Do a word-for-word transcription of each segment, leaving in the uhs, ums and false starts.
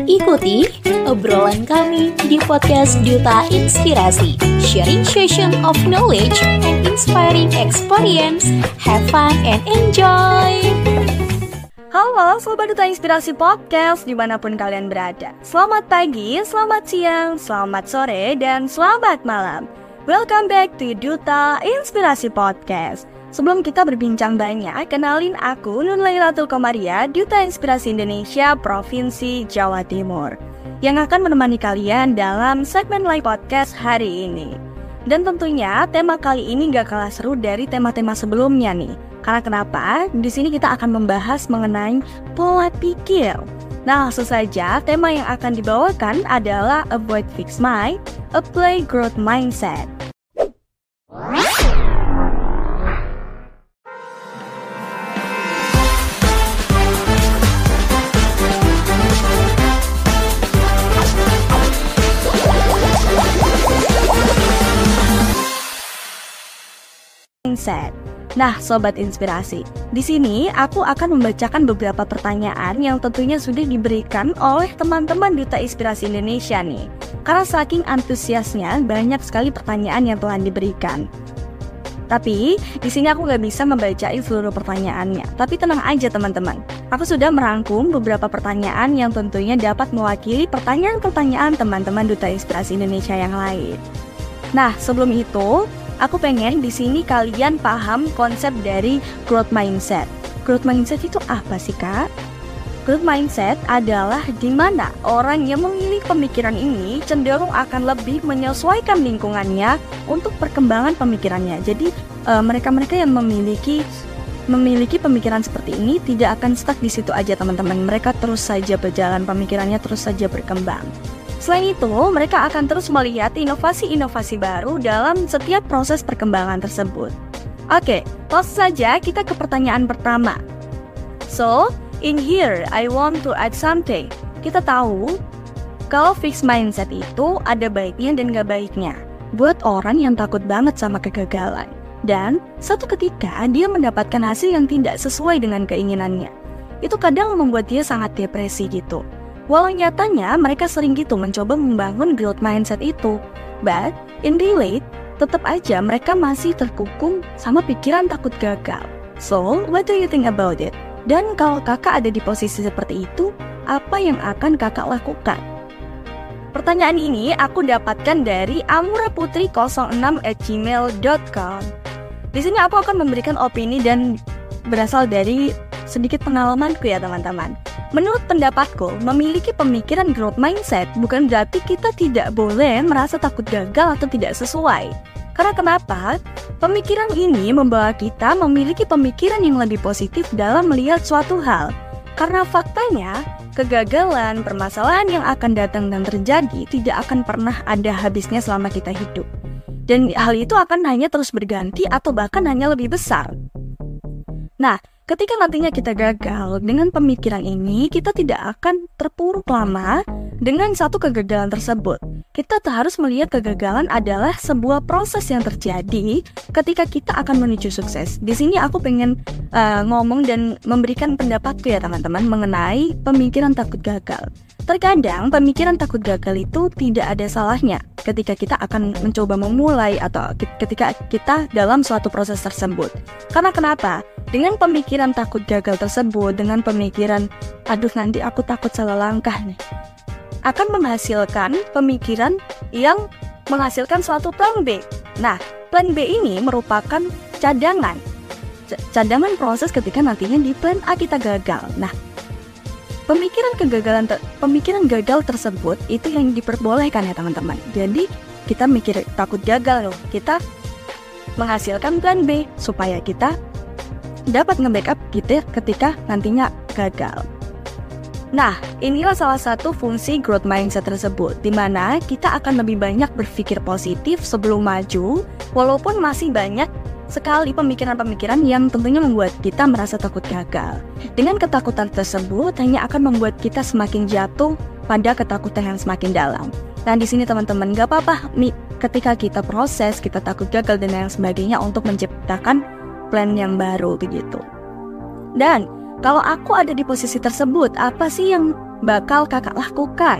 Ikuti obrolan kami di podcast Duta Inspirasi, sharing session of knowledge and inspiring experience. Have fun and enjoy! Halo Sobat Duta Inspirasi Podcast dimanapun kalian berada. Selamat pagi, selamat siang, selamat sore, dan selamat malam. Welcome back to Duta Inspirasi Podcast. Sebelum kita berbincang banyak, kenalin aku Nur Lailatul Qomaria, Duta Inspirasi Indonesia Provinsi Jawa Timur, yang akan menemani kalian dalam segmen live podcast hari ini. Dan tentunya tema kali ini gak kalah seru dari tema-tema sebelumnya nih. Karena kenapa? Di sini kita akan membahas mengenai pola pikir. Nah, langsung saja tema yang akan dibawakan adalah Avoid Fixed Mind, Apply Growth Mindset. Mindset. Nah, Sobat Inspirasi, di sini aku akan membacakan beberapa pertanyaan yang tentunya sudah diberikan oleh teman-teman Duta Inspirasi Indonesia nih. Karena saking antusiasnya, banyak sekali pertanyaan yang telah diberikan. Tapi, di sini aku nggak bisa membacain seluruh pertanyaannya. Tapi tenang aja teman-teman, aku sudah merangkum beberapa pertanyaan yang tentunya dapat mewakili pertanyaan-pertanyaan teman-teman Duta Inspirasi Indonesia yang lain. Nah, sebelum itu, aku pengen di sini kalian paham konsep dari growth mindset. Growth mindset itu apa sih, Kak? Growth mindset adalah di mana orang yang memiliki pemikiran ini cenderung akan lebih menyesuaikan lingkungannya untuk perkembangan pemikirannya. Jadi uh, mereka-mereka yang memiliki memiliki pemikiran seperti ini tidak akan stuck di situ aja, teman-teman. Mereka terus saja berjalan, pemikirannya terus saja berkembang. Selain itu, mereka akan terus melihat inovasi-inovasi baru dalam setiap proses perkembangan tersebut. Oke, langsung saja kita ke pertanyaan pertama. So, in here, I want to add something. Kita tahu, kalau fixed mindset itu ada baiknya dan gak baiknya. Buat orang yang takut banget sama kegagalan. Dan, satu ketika dia mendapatkan hasil yang tidak sesuai dengan keinginannya. Itu kadang membuat dia sangat depresi gitu. Walau nyatanya mereka sering gitu mencoba membangun growth mindset itu, but in relate, tetap aja mereka masih terkungkung sama pikiran takut gagal. So, what do you think about it? Dan kalau kakak ada di posisi seperti itu, apa yang akan kakak lakukan? Pertanyaan ini aku dapatkan dari amura putri nol enam at gmail dot com. Di sini aku akan memberikan opini dan berasal dari sedikit pengalamanku ya teman-teman. Menurut pendapatku, memiliki pemikiran growth mindset bukan berarti kita tidak boleh merasa takut gagal atau tidak sesuai. Karena kenapa? Pemikiran ini membawa kita memiliki pemikiran yang lebih positif dalam melihat suatu hal. Karena faktanya, kegagalan, permasalahan yang akan datang dan terjadi tidak akan pernah ada habisnya selama kita hidup. Dan hal itu akan hanya terus berganti atau bahkan hanya lebih besar. Nah, ketika nantinya kita gagal, dengan pemikiran ini kita tidak akan terpuruk lama dengan satu kegagalan tersebut. Kita harus melihat kegagalan adalah sebuah proses yang terjadi ketika kita akan menuju sukses. Di sini aku pengen uh, ngomong dan memberikan pendapatku ya teman-teman mengenai pemikiran takut gagal. Terkadang pemikiran takut gagal itu tidak ada salahnya ketika kita akan mencoba memulai atau ketika kita dalam suatu proses tersebut. Karena kenapa? Dengan pemikiran takut gagal tersebut, dengan pemikiran, aduh nanti aku takut salah langkah nih, akan menghasilkan pemikiran yang menghasilkan suatu plan B. Nah, plan B ini merupakan cadangan. C- cadangan proses ketika nantinya di plan A kita gagal. Nah, pemikiran kegagalan, te- pemikiran gagal tersebut itu yang diperbolehkan ya teman-teman. Jadi, kita mikir takut gagal loh, kita menghasilkan plan B supaya kita dapat nge-backup kita ketika nantinya gagal. Nah, inilah salah satu fungsi growth mindset tersebut, di mana kita akan lebih banyak berpikir positif sebelum maju, walaupun masih banyak sekali pemikiran-pemikiran yang tentunya membuat kita merasa takut gagal. Dengan ketakutan tersebut hanya akan membuat kita semakin jatuh pada ketakutan yang semakin dalam. Dan di sini teman-teman, gak apa-apa nih ketika kita proses, kita takut gagal dan lain sebagainya untuk menciptakan plan yang baru begitu. Dan kalau aku ada di posisi tersebut, apa sih yang bakal kakak lakukan?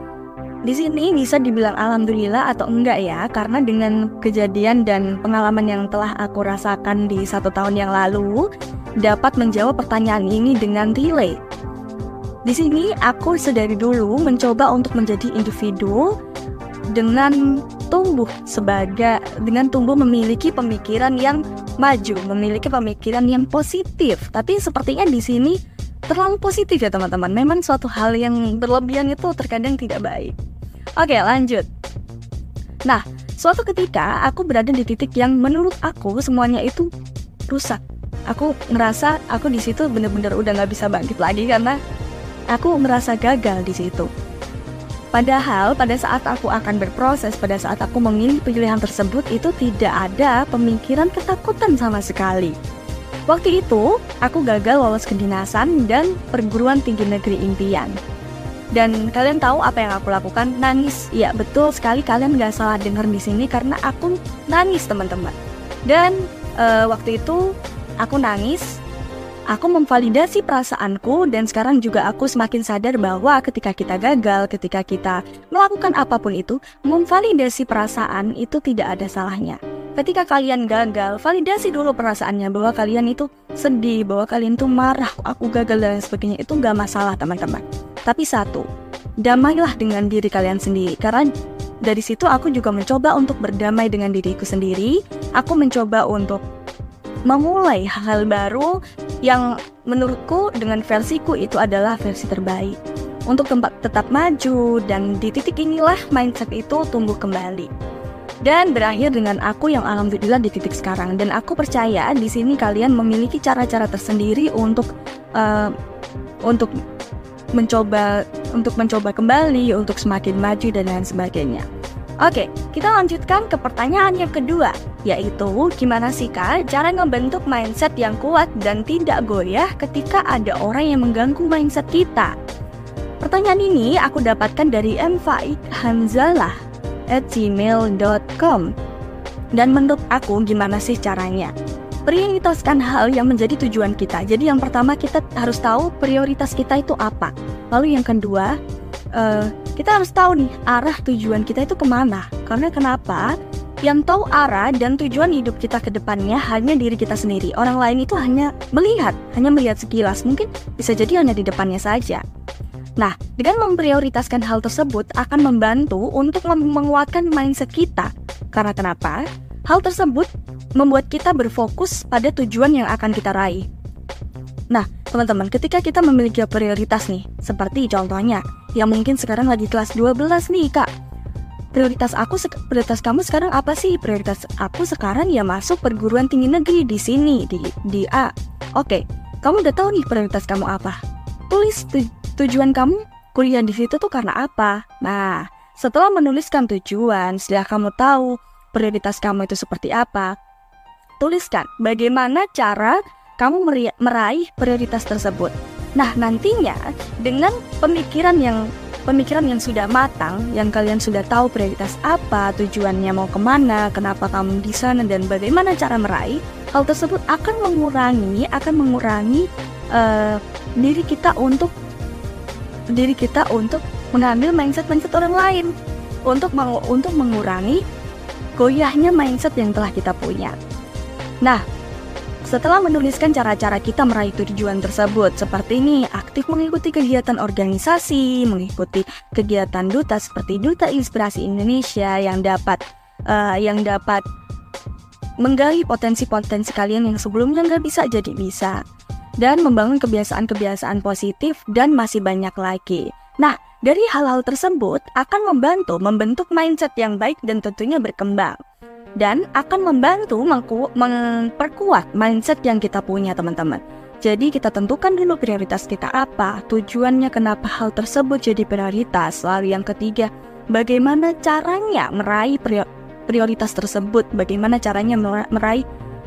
Di sini bisa dibilang alhamdulillah atau enggak ya, karena dengan kejadian dan pengalaman yang telah aku rasakan di satu tahun yang lalu, dapat menjawab pertanyaan ini dengan relate. Di sini aku sedari dulu mencoba untuk menjadi individu dengan tumbuh sebagai dengan tumbuh memiliki pemikiran yang maju, memiliki pemikiran yang positif. Tapi sepertinya di sini terlalu positif ya teman-teman. Memang suatu hal yang berlebihan itu terkadang tidak baik. Oke, lanjut. Nah, suatu ketika aku berada di titik yang menurut aku semuanya itu rusak. Aku ngerasa aku di situ benar-benar udah nggak bisa bangkit lagi karena aku merasa gagal di situ. Padahal pada saat aku akan berproses, pada saat aku memilih pilihan tersebut itu tidak ada pemikiran ketakutan sama sekali. Waktu itu aku gagal lolos kedinasan dan perguruan tinggi negeri impian. Dan kalian tahu apa yang aku lakukan? Nangis. Ya betul sekali, kalian gak salah dengar di sini karena aku nangis teman-teman. Dan e, waktu itu aku nangis, aku memvalidasi perasaanku, dan sekarang juga aku semakin sadar bahwa ketika kita gagal, ketika kita melakukan apapun itu, memvalidasi perasaan itu tidak ada salahnya. Ketika kalian gagal, validasi dulu perasaannya bahwa kalian itu sedih, bahwa kalian itu marah, aku gagal dan sebagainya. Itu gak masalah teman-teman. Tapi satu, damailah dengan diri kalian sendiri. Karena dari situ aku juga mencoba untuk berdamai dengan diriku sendiri. Aku mencoba untuk memulai hal-hal baru yang menurutku dengan versiku itu adalah versi terbaik. Untuk tempat tetap maju, dan di titik inilah mindset itu tumbuh kembali. Dan berakhir dengan aku yang alhamdulillah di titik sekarang. Dan aku percaya di sini kalian memiliki cara-cara tersendiri untuk uh, untuk mencoba untuk mencoba kembali, untuk semakin maju dan lain sebagainya. Oke, kita lanjutkan ke pertanyaan yang kedua, yaitu gimana sih Kak cara ngebentuk mindset yang kuat dan tidak goyah ketika ada orang yang mengganggu mindset kita? Pertanyaan ini aku dapatkan dari m faik hamzalah at gmail dot com. Dan menurut aku gimana sih caranya? Prioritaskan hal yang menjadi tujuan kita. Jadi yang pertama kita harus tahu prioritas kita itu apa. Lalu yang kedua, uh, kita harus tahu nih arah tujuan kita itu kemana. Karena kenapa? Yang tahu arah dan tujuan hidup kita ke depannya hanya diri kita sendiri. Orang lain itu hanya melihat, hanya melihat sekilas. Mungkin bisa jadi hanya di depannya saja. Nah, dengan memprioritaskan hal tersebut akan membantu untuk menguatkan mindset kita. Karena kenapa? Hal tersebut membuat kita berfokus pada tujuan yang akan kita raih. Nah, teman-teman, ketika kita memiliki prioritas nih, seperti contohnya, yang mungkin sekarang lagi kelas dua belas nih, Kak. Prioritas aku, prioritas kamu sekarang apa sih? Prioritas aku sekarang ya masuk perguruan tinggi negeri di sini, di, di A. Oke, kamu udah tahu nih prioritas kamu apa. Tulis tu, tujuan kamu kuliah di situ tuh karena apa. Nah, setelah menuliskan tujuan, setelah kamu tahu prioritas kamu itu seperti apa, tuliskan bagaimana cara kamu meraih prioritas tersebut. Nah, nantinya dengan pemikiran yang pemikiran yang sudah matang, yang kalian sudah tahu prioritas apa, tujuannya mau kemana, kenapa kamu di sana, dan bagaimana cara meraih, hal tersebut akan mengurangi akan mengurangi uh, diri kita untuk diri kita untuk mengambil mindset mindset orang lain, untuk meng- untuk mengurangi goyahnya mindset yang telah kita punya. Nah, setelah menuliskan cara-cara kita meraih tujuan tersebut, seperti ini, aktif mengikuti kegiatan organisasi, mengikuti kegiatan duta seperti Duta Inspirasi Indonesia yang dapat uh, yang dapat menggali potensi-potensi kalian yang sebelumnya nggak bisa jadi bisa, dan membangun kebiasaan-kebiasaan positif, dan masih banyak lagi. Nah, dari hal-hal tersebut akan membantu membentuk mindset yang baik dan tentunya berkembang. Dan akan membantu mengku- memperkuat mindset yang kita punya, teman-teman. Jadi kita tentukan dulu prioritas kita apa, tujuannya kenapa hal tersebut jadi prioritas. Lalu yang ketiga, bagaimana caranya meraih prioritas tersebut, bagaimana caranya meraih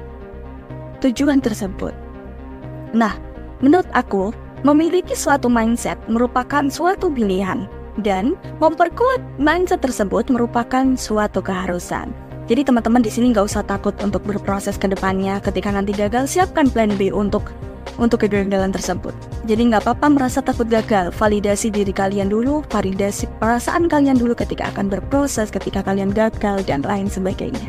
tujuan tersebut. Nah, menurut aku, memiliki suatu mindset merupakan suatu pilihan, dan memperkuat mindset tersebut merupakan suatu keharusan. Jadi teman-teman di sini nggak usah takut untuk berproses ke depannya. Ketika nanti gagal, siapkan plan B untuk untuk kegagalan tersebut. Jadi nggak apa-apa merasa takut gagal. Validasi diri kalian dulu, validasi perasaan kalian dulu ketika akan berproses, ketika kalian gagal, dan lain sebagainya.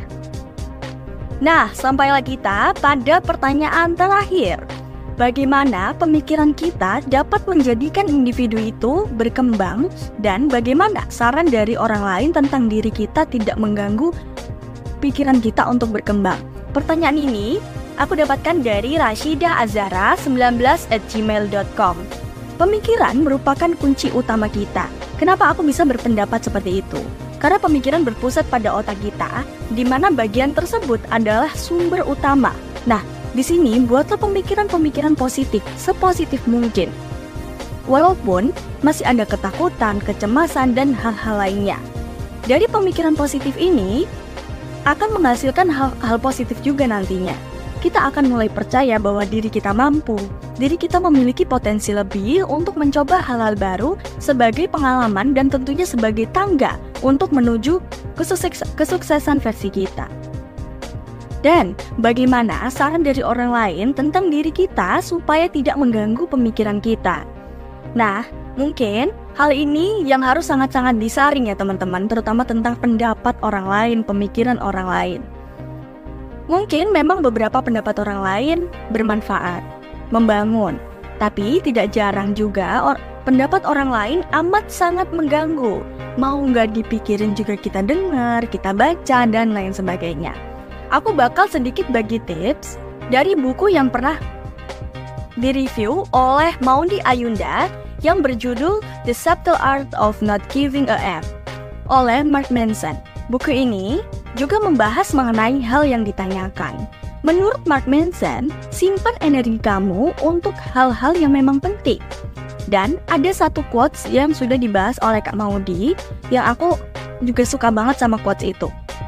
Nah, sampailah kita pada pertanyaan terakhir. Bagaimana pemikiran kita dapat menjadikan individu itu berkembang, dan bagaimana saran dari orang lain tentang diri kita tidak mengganggu pikiran kita untuk berkembang? Pertanyaan ini aku dapatkan dari Rashida Azara sembilan belas at gmail dot com. Pemikiran merupakan kunci utama kita. Kenapa aku bisa berpendapat seperti itu? Karena pemikiran berpusat pada otak kita, di mana bagian tersebut adalah sumber utama. Nah, di sini buatlah pemikiran-pemikiran positif, sepositif mungkin. Walaupun masih ada ketakutan, kecemasan, dan hal-hal lainnya. Dari pemikiran positif ini akan menghasilkan hal-hal positif juga nantinya. Kita akan mulai percaya bahwa diri kita mampu, diri kita memiliki potensi lebih untuk mencoba hal-hal baru sebagai pengalaman dan tentunya sebagai tangga untuk menuju kesukses- kesuksesan versi kita. Dan bagaimana saran dari orang lain tentang diri kita supaya tidak mengganggu pemikiran kita? Nah, mungkin hal ini yang harus sangat-sangat disaring ya teman-teman, terutama tentang pendapat orang lain, pemikiran orang lain. Mungkin memang beberapa pendapat orang lain bermanfaat, membangun, tapi tidak jarang juga or- pendapat orang lain amat sangat mengganggu. Mau nggak dipikirin juga kita dengar, kita baca, dan lain sebagainya. Aku bakal sedikit bagi tips dari buku yang pernah direview oleh Maudy Ayunda yang berjudul The Subtle Art of Not Giving a F oleh Mark Manson. Buku ini juga membahas mengenai hal yang ditanyakan. Menurut Mark Manson, simpan energi kamu untuk hal-hal yang memang penting. Dan ada satu quotes yang sudah dibahas oleh Kak Maudy yang aku juga suka banget sama quotes itu.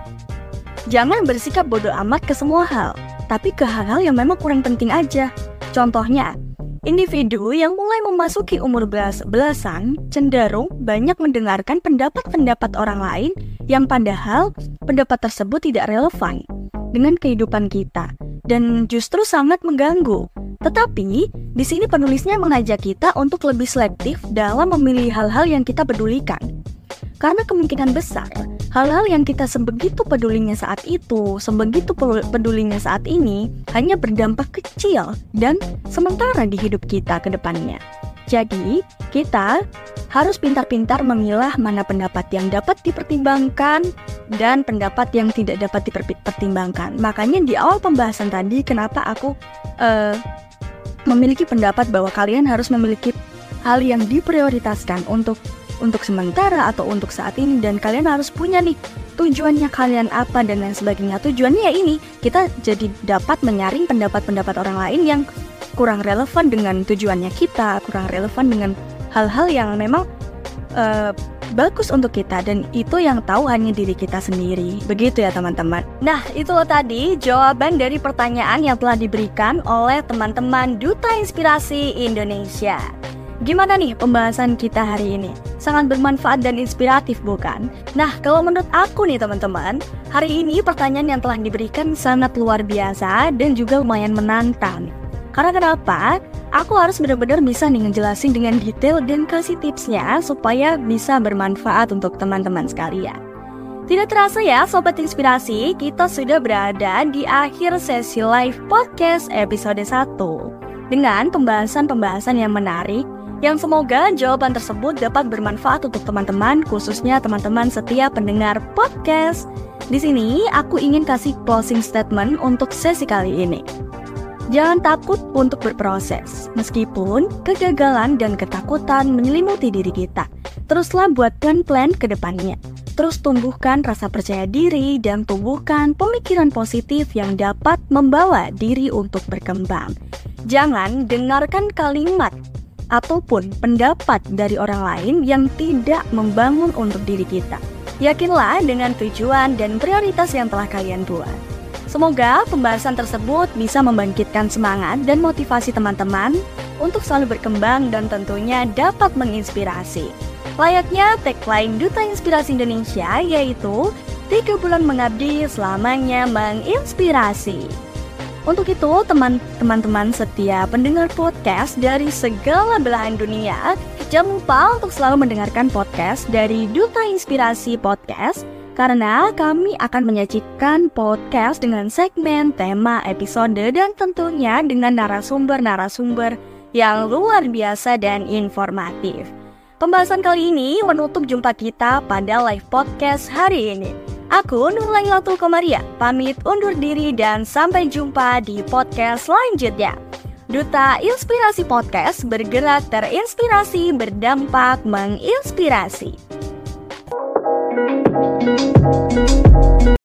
Jangan bersikap bodoh amat ke semua hal, tapi ke hal-hal yang memang kurang penting aja. Contohnya, individu yang mulai memasuki umur belas belasan cenderung banyak mendengarkan pendapat-pendapat orang lain yang padahal pendapat tersebut tidak relevan dengan kehidupan kita dan justru sangat mengganggu. Tetapi di sini penulisnya mengajak kita untuk lebih selektif dalam memilih hal-hal yang kita pedulikan. Karena kemungkinan besar hal-hal yang kita sebegitu pedulinya saat itu, sebegitu pedulinya saat ini hanya berdampak kecil dan sementara di hidup kita ke depannya. Jadi, kita harus pintar-pintar memilah mana pendapat yang dapat dipertimbangkan dan pendapat yang tidak dapat dipertimbangkan. Makanya di awal pembahasan tadi, kenapa aku uh, memiliki pendapat bahwa kalian harus memiliki hal yang diprioritaskan untuk untuk sementara atau untuk saat ini, dan kalian harus punya nih tujuannya kalian apa dan lain sebagainya. Tujuannya ya ini, kita jadi dapat menyaring pendapat-pendapat orang lain yang kurang relevan dengan tujuannya kita, kurang relevan dengan hal-hal yang memang uh, bagus untuk kita, dan itu yang tahu hanya diri kita sendiri. Begitu ya teman-teman. Nah, itu tadi jawaban dari pertanyaan yang telah diberikan oleh teman-teman Duta Inspirasi Indonesia. Gimana nih pembahasan kita hari ini? Sangat bermanfaat dan inspiratif bukan? Nah, kalau menurut aku nih teman-teman, hari ini pertanyaan yang telah diberikan sangat luar biasa dan juga lumayan menantang. Karena kenapa? Aku harus benar-benar bisa nih ngejelasin dengan detail dan kasih tipsnya supaya bisa bermanfaat untuk teman-teman sekalian. Tidak terasa ya Sobat Inspirasi, kita sudah berada di akhir sesi live podcast episode satu dengan pembahasan-pembahasan yang menarik, yang semoga jawaban tersebut dapat bermanfaat untuk teman-teman, khususnya teman-teman setiap pendengar podcast. Di sini aku ingin kasih closing statement untuk sesi kali ini. Jangan takut untuk berproses, meskipun kegagalan dan ketakutan menyelimuti diri kita. Teruslah buat plan-plan ke depannya. Terus tumbuhkan rasa percaya diri dan tumbuhkan pemikiran positif yang dapat membawa diri untuk berkembang. Jangan dengarkan kalimat ataupun pendapat dari orang lain yang tidak membangun untuk diri kita. Yakinlah dengan tujuan dan prioritas yang telah kalian buat. Semoga pembahasan tersebut bisa membangkitkan semangat dan motivasi teman-teman untuk selalu berkembang dan tentunya dapat menginspirasi. Layaknya tagline Duta Inspirasi Indonesia, yaitu tiga bulan mengabdi selamanya menginspirasi. Untuk itu, teman- teman-teman setia pendengar podcast dari segala belahan dunia, jangan lupa untuk selalu mendengarkan podcast dari Duta Inspirasi Podcast, karena kami akan menyajikan podcast dengan segmen, tema, episode, dan tentunya dengan narasumber-narasumber yang luar biasa dan informatif. Pembahasan kali ini menutup jumpa kita pada live podcast hari ini. Aku Nurlailatul Komaria, pamit undur diri dan sampai jumpa di podcast selanjutnya. Duta Inspirasi Podcast, bergerak terinspirasi, berdampak menginspirasi.